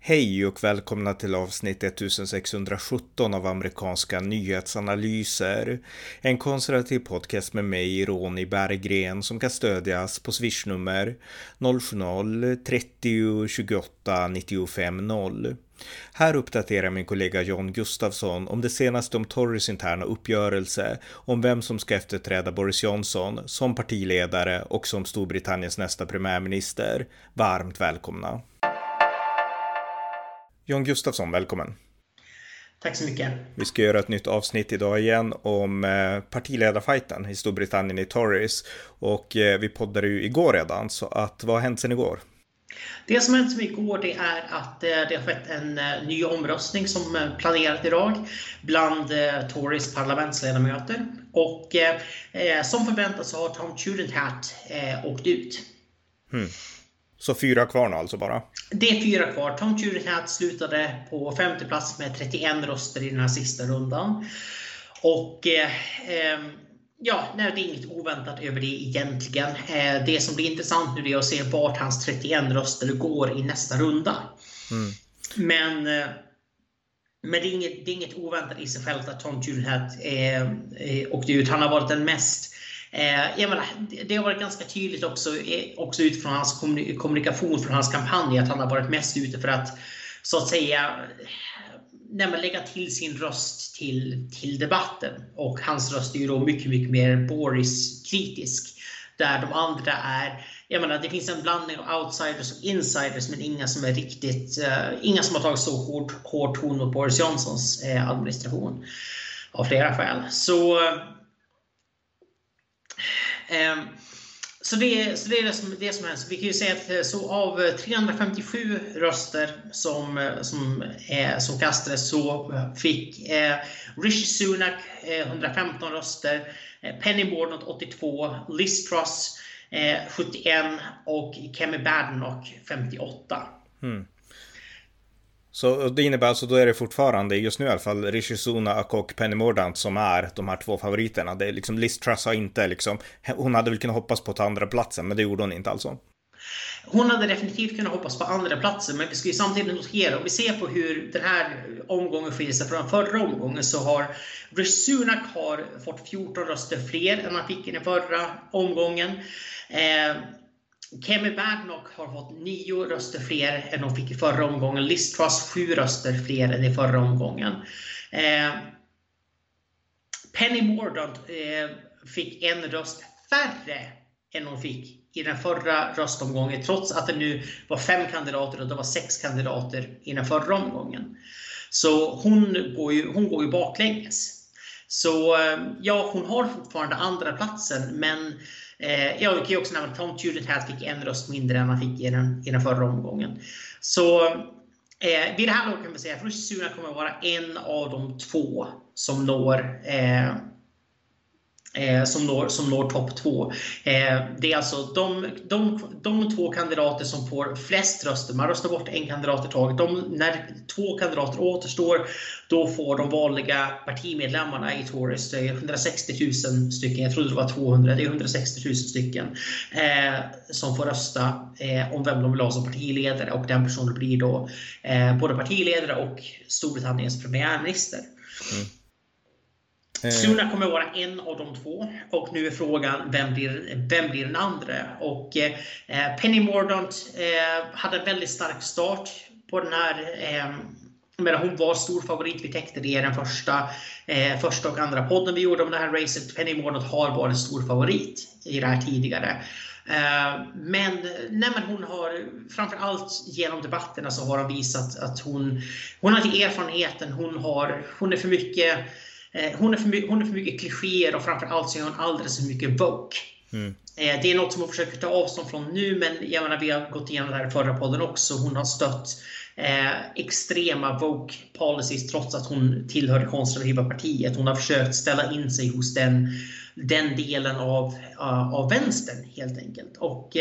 Hej och välkomna till avsnitt 1617 av amerikanska nyhetsanalyser. En konservativ podcast med mig, Ronny Berggren, som kan stödjas på swishnummer 070-30 28 95 0. Här uppdaterar min kollega John Gustafsson om det senaste om Tories interna uppgörelse om vem som ska efterträda Boris Johnson som partiledare och som Storbritanniens nästa premiärminister. Varmt välkomna. John Gustafsson, välkommen. Tack så mycket. Vi ska göra ett nytt avsnitt idag igen om partiledarfajten i Storbritannien i Tories. Och vi poddade ju igår redan, så att vad har hänt sedan igår? Det som hänt igår det är att det har skett en ny omröstning som planerat idag bland Tories parlamentsledamöter. Och som förväntat så har Tom Tugendhat åkt ut. Så 4 kvar nu alltså bara? Det är 4 kvar. Tom Tugendhat slutade på 5:e plats med 31 röster i den här sista rundan. Och det är inget oväntat över det egentligen. Det som blir intressant nu är att se vart hans 31 röster går i nästa runda. Men det är inget oväntat i sig självt att Tom Tugendhat åkte ut. Han har varit den mest... det har varit ganska tydligt också utifrån hans kommunikation från hans kampanj att han har varit mest ute för att så att säga lägga till sin röst till debatten. Och hans röst är ju då mycket, mycket mer Boris-kritisk. Där de andra är, det finns en blandning av outsiders och insiders, men inga som är riktigt, inga som har tagit så hård ton mot Boris Johnsons administration av flera skäl. Så det är det som helst. Vi kan ju säga att så av 357 röster som kastades så fick Rishi Sunak 115 röster, Penny Mordaunt 82, Liz Truss 71 och Kemi Badenoch 58. Så det innebär alltså då är det fortfarande just nu i alla fall Rishi Sunak och Penny Mordaunt som är de här 2 favoriterna. Det är liksom Liz Truss har inte hon hade väl kunnat hoppas på att ta andra platsen, men det gjorde hon inte alltså. Hon hade definitivt kunnat hoppas på andra platser, men vi ska ju samtidigt notera, om vi ser på hur den här omgången skiljer sig från förra omgången, så har Rishi Sunak har fått 14 röster fler än han fick i den förra omgången. Kemi Badenoch har fått 9 röster fler än hon fick i förra omgången. Liz Truss 7 röster fler än i förra omgången. Penny Mordaunt fick 1 röst färre än hon fick i den förra röstomgången, trots att det nu var 5 kandidater och det var 6 kandidater i den förra omgången. Så hon går ju baklänges. Så hon har fortfarande andra platsen, men vi kan ju också nämna att Tom Tugendhat fick 1 röst mindre än han fick i den förra omgången. Så vid det här laget kan vi säga att Rishi Sunak kommer att vara en av de 2 som når topp 2. Det är alltså de 2 kandidater som får flest röster. Man röstar bort en kandidat i taget. När 2 kandidater återstår, då får de vanliga partimedlemmarna i Tories, 160 000 stycken, jag trodde det var 200, det är 160 000 stycken som får rösta om vem de vill ha som partiledare, och den personen blir då både partiledare och Storbritanniens premiärminister. Sunak kommer att vara en av de 2, och nu är frågan vem blir den andra. Och Penny Mordaunt hade en väldigt stark start på den här, hon var stor favorit. Vi täckte det i den första och andra podden vi gjorde om det här racet. Penny Mordaunt har varit en stor favorit i det här tidigare. Men hon har framförallt genom debatterna så har hon visat att hon har inte erfarenheten, hon är för mycket. Hon är för mycket klichéer, och framförallt så är hon alldeles för mycket woke. Det är något som hon försöker ta avstånd från nu, men vi har gått igenom det här i förra podden också. Hon har stött extrema woke policies trots att hon tillhör det konservativa partiet. Hon har försökt ställa in sig hos den delen av vänstern helt enkelt. Och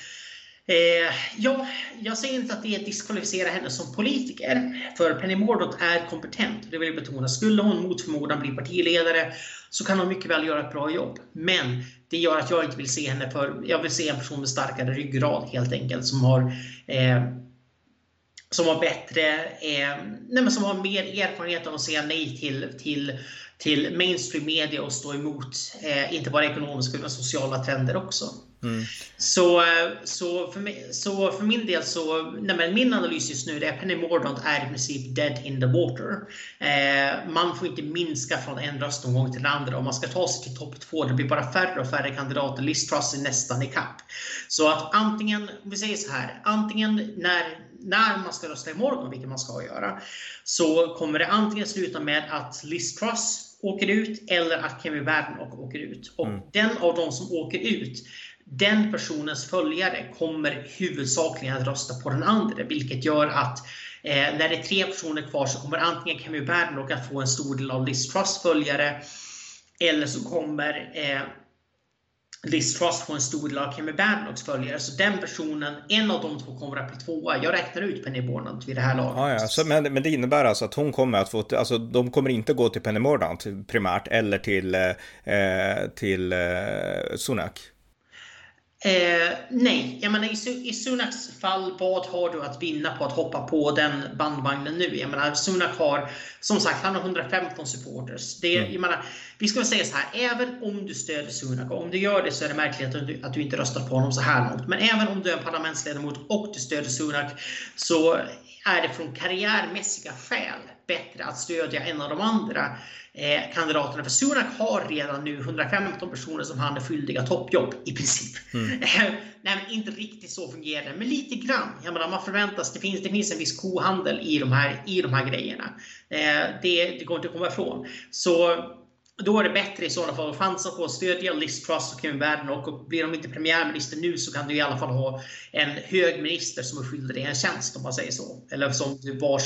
jag säger inte att det diskvalificerar henne som politiker, för Penny Mordaunt är kompetent, det vill jag betona. Skulle hon mot förmodan bli partiledare så kan hon mycket väl göra ett bra jobb, men det gör att jag inte vill se henne jag vill se en person med starkare ryggrad helt enkelt, som har som har som har mer erfarenhet av att säga nej till mainstream media och stå emot inte bara ekonomiska utan sociala trender också. Så för min del min analys just nu är att Penny Mordaunt är i princip dead in the water. Man får inte minska från en röstomgång till den andra. Om man ska ta sig till topp 2, det blir bara färre och färre kandidater. Liz Truss är nästan i kapp. Så att antingen, vi säger så här, antingen när man ska rösta imorgon, vilket man ska göra, så kommer det antingen sluta med att Liz Truss åker ut eller att Kemi Badenoch åker ut. Och den av de som åker ut, den personens följare kommer huvudsakligen att rösta på den andra, vilket gör att när det är 3 personer kvar så kommer antingen Kemi Badenoch att få en stor del av Liz Truss följare, eller så kommer Liz Truss få en stor del av Kemi Badenochs följare. Så den personen, en av de 2 kommer att bli 2. Jag räknar ut Penny Mordaunt vid det här laget. Ja. Så, men det innebär alltså att hon kommer att få, alltså de kommer inte gå till Penny Mordaunt primärt eller till Sunak. Nej, jag menar i Sunaks fall, vad har du att vinna på att hoppa på den bandvagnen nu? Jag menar, Sunak har, som sagt, han har 115 supporters. Jag menar, vi ska väl säga så här, även om du stöder Sunak, och om du gör det så är det märkligt att du inte röstat på honom så här långt. Men även om du är en parlamentsledamot och du stöder Sunak, så är det från karriärmässiga skäl bättre att stödja en av de andra kandidaterna. För Sunak har redan nu 115 personer som han är skyldiga toppjobb i princip. Nej, men inte riktigt så fungerar det, men lite grann. Jag menar, man förväntas, det finns en viss kohandel i de här grejerna. Det går inte att komma ifrån. Så då är det bättre i sådana fall att chansa på att stödja Liz Truss och Kemi Badenoch, och blir de inte premiärminister nu så kan du i alla fall ha en hög minister som är skyldig dig en tjänst, om man säger så. Eller som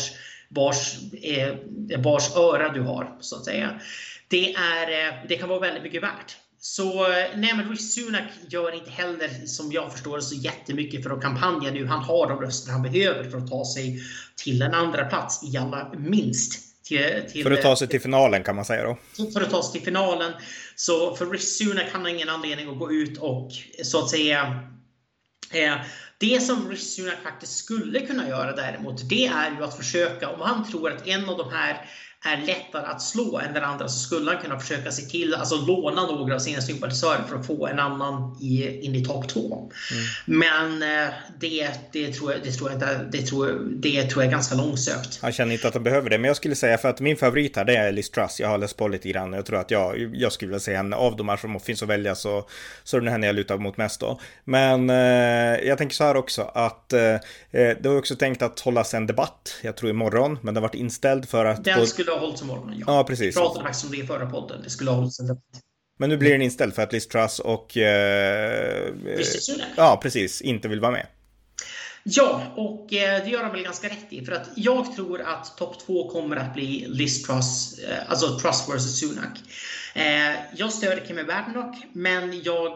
vars öra du har, så att säga. Det kan vara väldigt mycket värt. Så nej, men Rishi Sunak gör inte heller, som jag förstår det, så jättemycket för att kampanja nu. Han har de röster han behöver för att ta sig till en andra plats i alla minst. För att ta sig till finalen, kan man säga då. För att ta sig till finalen. Så för Rishi Sunak kan han ingen anledning att gå ut och, så att säga, det som Rishi Sunak faktiskt skulle kunna göra däremot, det är ju att försöka, om han tror att en av de här är lättare att slå än den andra, så skulle han kunna försöka se till, alltså låna några av sina sympatisörer för att få en annan in i topp 2. Men det tror jag är ganska långsökt. Jag känner inte att han behöver det, men jag skulle säga, för att min favorit här, det är Liz Truss. Jag har läst på lite grann. Jag tror att jag skulle vilja säga henne av de här som finns att välja, så är det henne jag lutar mot mest då. Men jag tänker så här också, att det har också tänkt att hållas en debatt, jag tror imorgon, men det har varit inställd för att den skulle ha hållits imorgon. Ja, precis. Vi pratade faktiskt om det i förra podden. Det skulle ha hållits en debatt. Men nu blir den inställd för att Liz Truss och ja, precis, inte vill vara med. Ja, och det gör han väl ganska rätt i. För att jag tror att topp 2 kommer att bli Liz Truss, alltså Truss vs Sunak. Jag stöder Kemi Badenoch, men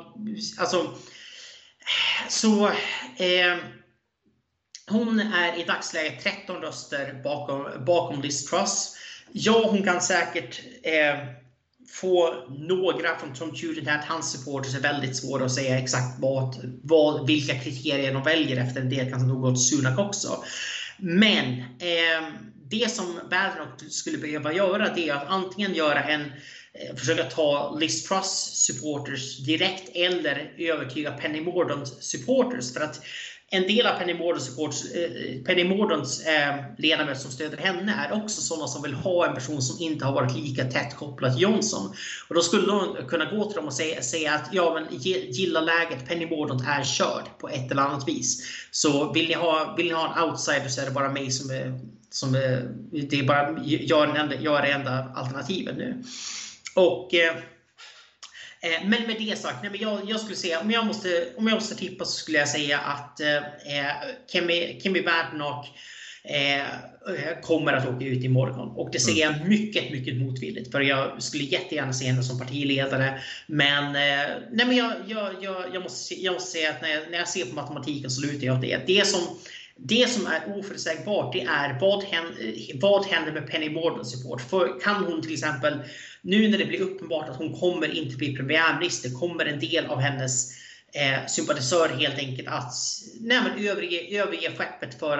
hon är i dagsläget 13 röster bakom Liz Truss. Ja, hon kan säkert få några från Judenhat. Hans supporters är väldigt svåra att säga exakt vilka kriterier de väljer efter. En del kan nog gå till Sunak också. Men det som Badenoch skulle behöva göra, det är att antingen försöka ta Liz Truss supporters direkt, eller övertyga Penny Mordaunt supporters. För att en del av Penny Mordaunts ledamöter som stöder henne är också sådana som vill ha en person som inte har varit lika tätt kopplad till Johnson. Och då skulle de kunna gå till dem och säga att ja, men gilla läget, Penny Mordaunt är körd på ett eller annat vis. Så vill ni ha en outsider, så är det bara mig som det är bara jag är det enda alternativet nu. Och men med det sagt, jag skulle säga, om jag måste tippa, så skulle jag säga att Kemi Badenoch kommer att åka ut imorgon. Och det ser jag mycket, mycket motvilligt. För jag skulle jättegärna se henne som partiledare. Men jag måste säga att när jag ser på matematiken så lutar jag åt det. Det som är oförutsägbart, det är vad händer med Penny Mordaunt support. För kan hon till exempel, nu när det blir uppenbart att hon kommer inte bli premiärminister, kommer en del av hennes sympatisör helt enkelt att överge skeppet för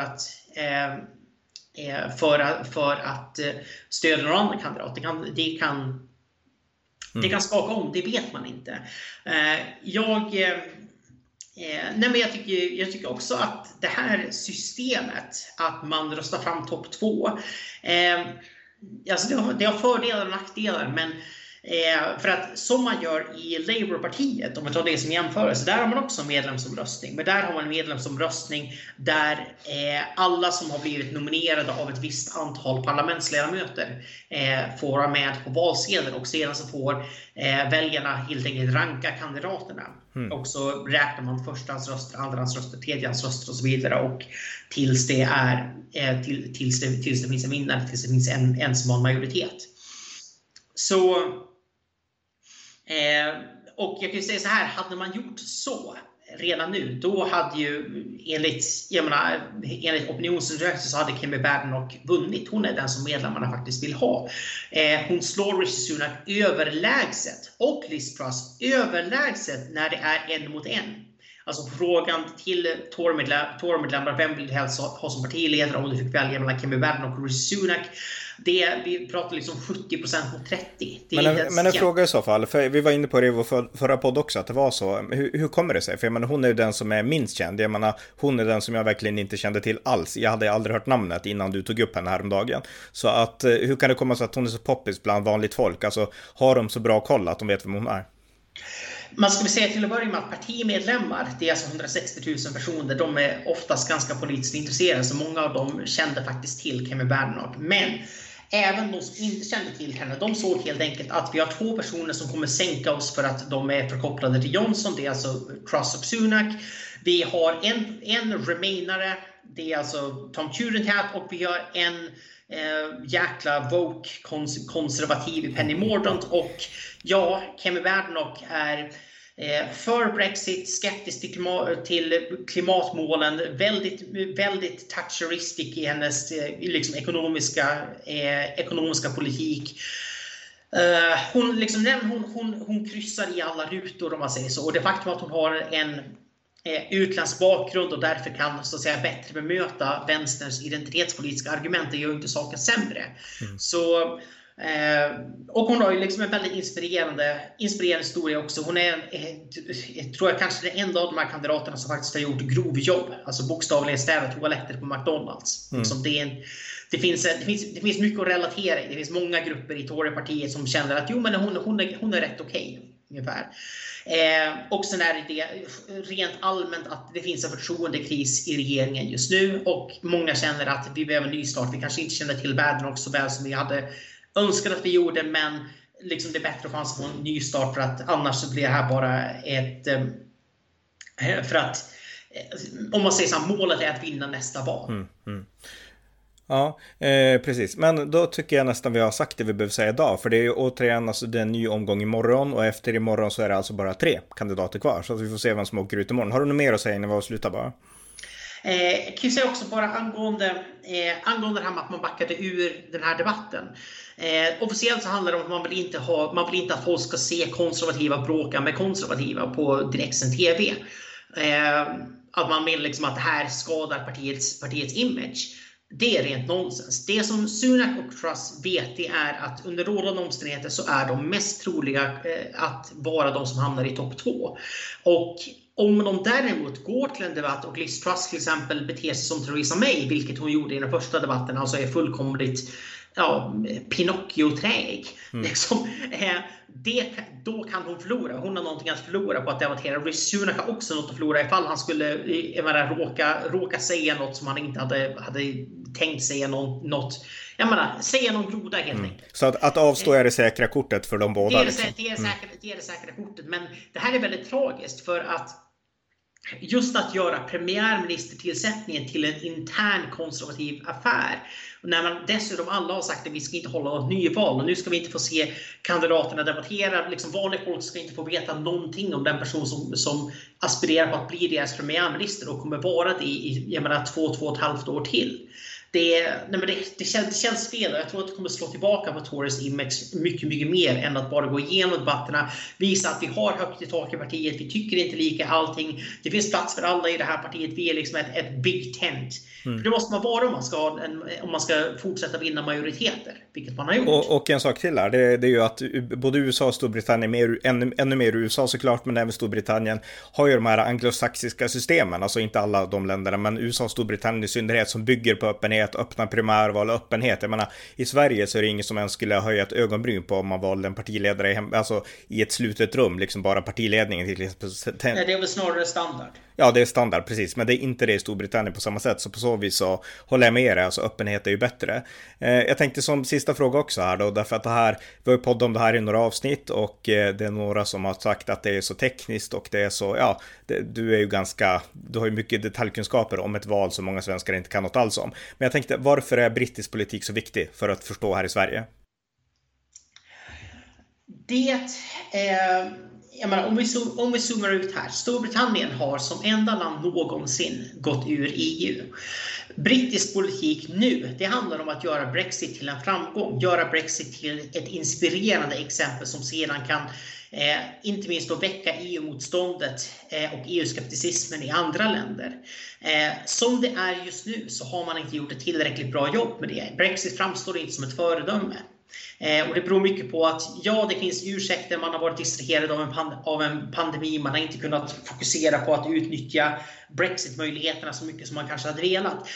att stödja någon annan kandidat. Det kan skaka om, det vet man inte. Jag tycker också att det här systemet, att man röstar fram topp 2, alltså det har fördelar och nackdelar, men för att som man gör i Labourpartiet, om man tar det som jämförelse, där har man också medlemsomröstning. Men där har man en medlemsomröstning där alla som har blivit nominerade av ett visst antal parlamentsledamöter får vara med på valsedeln, och sedan så får väljarna helt enkelt ranka kandidaterna. Och så räknar man förstahandsröster, andrahandsröster, tredjehandsröster och så vidare, och tills det finns en vinnare, tills det finns en som har majoritet. Så och jag kan ju säga så här, hade man gjort så redan nu, då hade ju enligt opinionsundersökelser så hade Kemi Badenoch vunnit. Hon är den som medlemmarna faktiskt vill ha. Hon slår Rishi Sunak överlägset, och Liz Truss överlägset när det är 1 mot 1. Alltså frågan till Tory-medlemmar, vem vill du helst ha som partiledare om du fick välja mellan Kemi Badenoch och Rishi Sunak? Vi pratar liksom 70% mot 30%. Men en fråga i så fall, för vi var inne på det i vår förra podd också, att det var så. Hur kommer det sig? För jag menar, hon är ju den som är minst känd. Jag menar, hon är den som jag verkligen inte kände till alls. Jag hade aldrig hört namnet innan du tog upp henne häromdagen. Så att, hur kan det komma sig att hon är så poppis bland vanligt folk? Alltså, har de så bra koll att de vet vem hon är? Man ska väl säga till att börja med att partimedlemmar, det är alltså 160 000 personer, de är oftast ganska politiskt intresserade, så många av dem kände faktiskt till Kemi Badenoch. Men även de som inte kände till henne, de såg helt enkelt att vi har 2 personer som kommer sänka oss för att de är förkopplade till Johnson. Det är alltså Truss och Sunak. Vi har en remainare, det är alltså Tom Tugendhat, och vi har en jäkla woke konservativ i Penny Mordaunt. Och ja, Kemi Badenoch är för Brexit, skeptisk till klimatmålen, väldigt toucheristic i hennes liksom ekonomiska politik. Hon kryssar i alla rutor, om man säger så. Och det faktum att hon har en utländsk bakgrund och därför kan, så att säga, bättre bemöta vänsterns identitetspolitiska argument, det gör inte saken sämre. Så och hon har ju liksom en väldigt inspirerande historia också. Hon är tror jag kanske den enda av de här kandidaterna som faktiskt har gjort grovjobb, alltså bokstavligen städat toaletter på McDonalds. Liksom det finns mycket att relatera i. Det finns många grupper i Torypartiet som känner att hon är rätt okej, ungefär. Och sen är det rent allmänt att det finns en förtroendekris i regeringen just nu, och många känner att vi behöver en nystart. Vi kanske inte känner till Badenoch så väl som vi hade önskat att vi gjorde, men liksom det är bättre att få en nystart, för att annars så blir det här bara för att, om man säger så här, målet är att vinna nästa val. Ja, precis. Men då tycker jag nästan vi har sagt det vi behöver säga idag. För det är ju återigen, alltså, det är en ny omgång imorgon, och efter imorgon så är det alltså bara 3 kandidater kvar. Så att vi får se vem som åker ut imorgon. Har du något mer att säga innan vi avslutar bara? Jag kan ju säga också bara angående det här med att man backade ur den här debatten. Officiellt så handlar det om att man vill inte att folk ska se konservativa bråka med konservativa på direktsänd TV. Att man vill liksom att det här skadar partiets image. Det är rent nonsens. Det som Sunak och Truss vet, det är att under rådande omständigheter så är de mest troliga att vara de som hamnar i topp 2. Och om de däremot går till en debatt och Liz Truss till exempel beter sig som Theresa May, vilket hon gjorde i den första debatten, alltså är fullkomligt Pinocchio-träg. Liksom, då kan hon förlora. Hon har någonting att förlora på att debattera. Rishi Sunak har också något att förlora ifall han skulle råka säga något som han inte hade tänkt säga säga någon groda helt enkelt. Så att avstå är det säkra kortet för de båda. Det är det säkra kortet. Men det här är väldigt tragiskt, för att just att göra premiärministertillsättningen till en intern konservativ affär, och när man dessutom alla har sagt att vi ska inte hålla något nyval, och nu ska vi inte få se kandidaterna debattera, liksom vanliga folk ska inte få veta någonting om den person som aspirerar på att bli deras premiärminister och kommer vara det i 2,5 år till. Det känns fel, och jag tror att det kommer slå tillbaka på Tories image mycket, mycket mer än att bara gå igenom debatterna, visa att vi har högt i tak i partiet, vi tycker inte lika allting, det finns plats för alla i det här partiet, vi är liksom ett big tent. För det måste man vara om man ska fortsätta vinna majoriteter, vilket man har gjort. Och en sak till här, det är ju att både USA och Storbritannien, ännu mer USA såklart, men även Storbritannien har ju de här anglosaxiska systemen, alltså inte alla de länderna, men USA och Storbritannien i synnerhet, som bygger på öppenhet, öppna primärval och öppenhet. Jag menar, i Sverige så är det ingen som ens skulle höja ett ögonbryn på om man valde en partiledare alltså i ett slutet rum, liksom bara partiledningen till exempel. Det är väl snarare standard. Ja, det är standard, precis. Men det är inte det i Storbritannien på samma sätt. Så på så vis så håller jag med dig. Alltså öppenhet är ju bättre. Jag tänkte som sista fråga också här då. Därför att vi har ju poddat om det här i några avsnitt. Och det är några som har sagt att det är så tekniskt. Och det är så, ja, du har ju mycket detaljkunskaper om ett val som många svenskar inte kan något alls om. Men jag tänkte, varför är brittisk politik så viktig för att förstå här i Sverige? Jag menar, om vi zoomar ut här. Storbritannien har som enda land någonsin gått ur EU. Brittisk politik nu, det handlar om att göra Brexit till en framgång. Göra Brexit till ett inspirerande exempel som sedan kan inte minst då väcka EU-motståndet och EU-skepticismen i andra länder. Som det är just nu så har man inte gjort ett tillräckligt bra jobb med det. Brexit framstår inte som ett föredöme. Och det beror mycket på att det finns ursäkter, man har varit distraherad av en pandemi, man har inte kunnat fokusera på att utnyttja Brexit-möjligheterna så mycket som man kanske hade velat.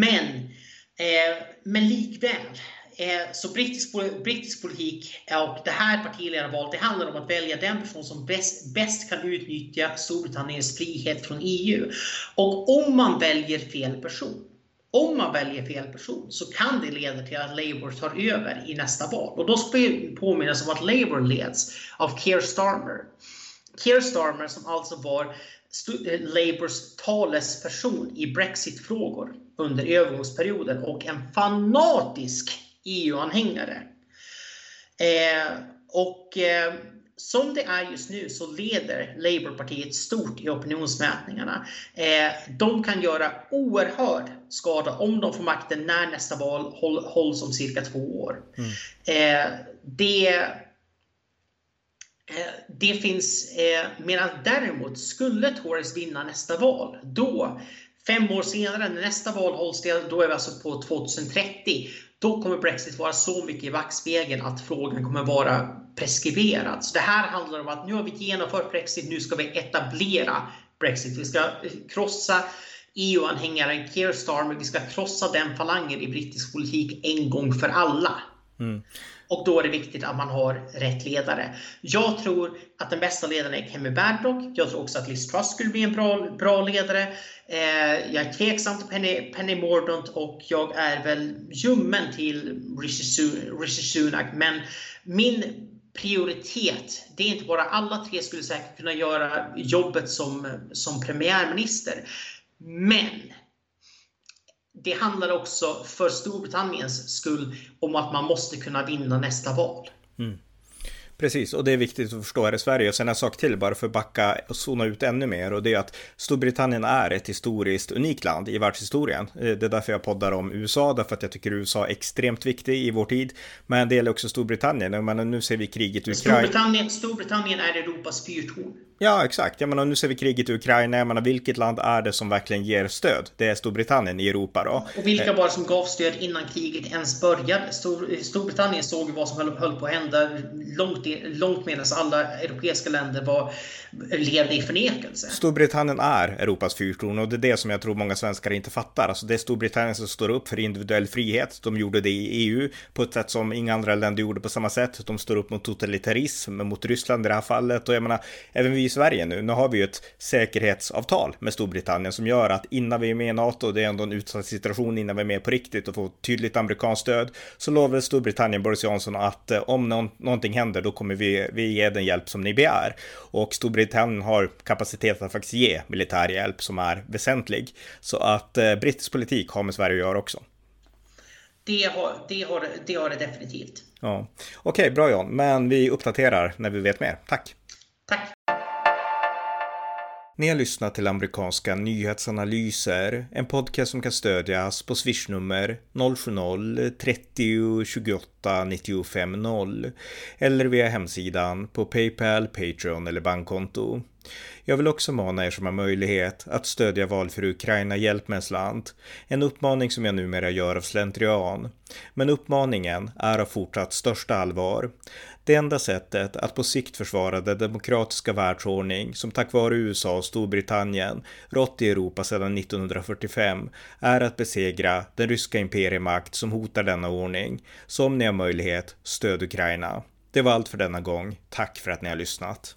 Men likväl, så brittisk politik och det här partiledarvalet, det handlar om att välja den person som bäst kan utnyttja Storbritanniens frihet från EU. Och om man väljer fel person, så kan det leda till att Labour tar över i nästa val. Och då ska vi påminnas om att Labour leds av Keir Starmer. Keir Starmer som alltså var Labours talesperson i Brexit-frågor under övergångsperioden och en fanatisk EU-anhängare. Som det är just nu så leder Labourpartiet stort i opinionsmätningarna. De kan göra oerhörd skada om de får makten när nästa val hålls om cirka 2 år. Det finns, medan däremot skulle Tories vinna nästa val, då 5 år senare när nästa val hålls, då är vi alltså på 2030. Då kommer Brexit vara så mycket i backspegeln att frågan kommer vara preskriberad. Så det här handlar om att nu har vi genomfört Brexit, nu ska vi etablera Brexit. Vi ska krossa EU-anhängaren Keir Starmer, vi ska krossa den falangen i brittisk politik en gång för alla. Och då är det viktigt att man har rätt ledare. Jag tror att den bästa ledaren är Kemi Badenoch. Jag tror också att Liz Truss skulle bli en bra ledare. Jag är tveksam till Penny Mordaunt och jag är väl ljummen till Rishi Sunak. Men min prioritet, det är inte bara alla tre skulle säkert kunna göra jobbet som premiärminister. Men det handlar också för Storbritanniens skull om att man måste kunna vinna nästa val. Precis, och det är viktigt att förstå här i Sverige. Och sen en sak till bara för att backa och zona ut ännu mer. Och det är att Storbritannien är ett historiskt unikt land i världshistorien. Det är därför jag poddar om USA, därför att jag tycker USA är extremt viktig i vår tid. Men det gäller också Storbritannien. Men nu ser vi kriget i Ukraina. Storbritannien är Europas fyrtorn. Ja, exakt. Jag menar, nu ser vi kriget i Ukraina. Jag menar, vilket land är det som verkligen ger stöd? Det är Storbritannien i Europa då. Och vilka var det som gav stöd innan kriget ens började? Storbritannien såg vad som höll på att hända långt medan alla europeiska länder levde i förnekelse. Storbritannien är Europas fyrtorn och det är det som jag tror många svenskar inte fattar. Alltså det är Storbritannien som står upp för individuell frihet. De gjorde det i EU på ett sätt som inga andra länder gjorde på samma sätt. De står upp mot totalitarism, mot Ryssland i det här fallet. Och jag menar, även vi i Sverige nu har vi ju ett säkerhetsavtal med Storbritannien som gör att innan vi är med i NATO, det är ändå en utsatt situation innan vi är med på riktigt och får tydligt amerikanskt stöd, så lovar Storbritannien, Boris Johnson, att om någonting händer då kommer vi ge den hjälp som ni begär. Och Storbritannien har kapacitet att faktiskt ge militär hjälp som är väsentlig. Så att brittisk politik har med Sverige att göra också. Det har det definitivt. Ja. Okej, bra John. Men vi uppdaterar när vi vet mer. Tack. Tack. Ni har lyssnat till amerikanska nyhetsanalyser, en podcast som kan stödjas på swishnummer 070-30 28 95 0 eller via hemsidan på PayPal, Patreon eller bankkonto. Jag vill också mana er som har möjlighet att stödja Val för Ukraina hjälp med land, en uppmaning som jag numera gör av slentrian. Men uppmaningen är av fortsatt största allvar. Det enda sättet att på sikt försvara den demokratiska världsordning som tack vare USA och Storbritannien rått i Europa sedan 1945 är att besegra den ryska imperiemakt som hotar denna ordning. Så om ni har möjlighet, stöd Ukraina. Det var allt för denna gång. Tack för att ni har lyssnat.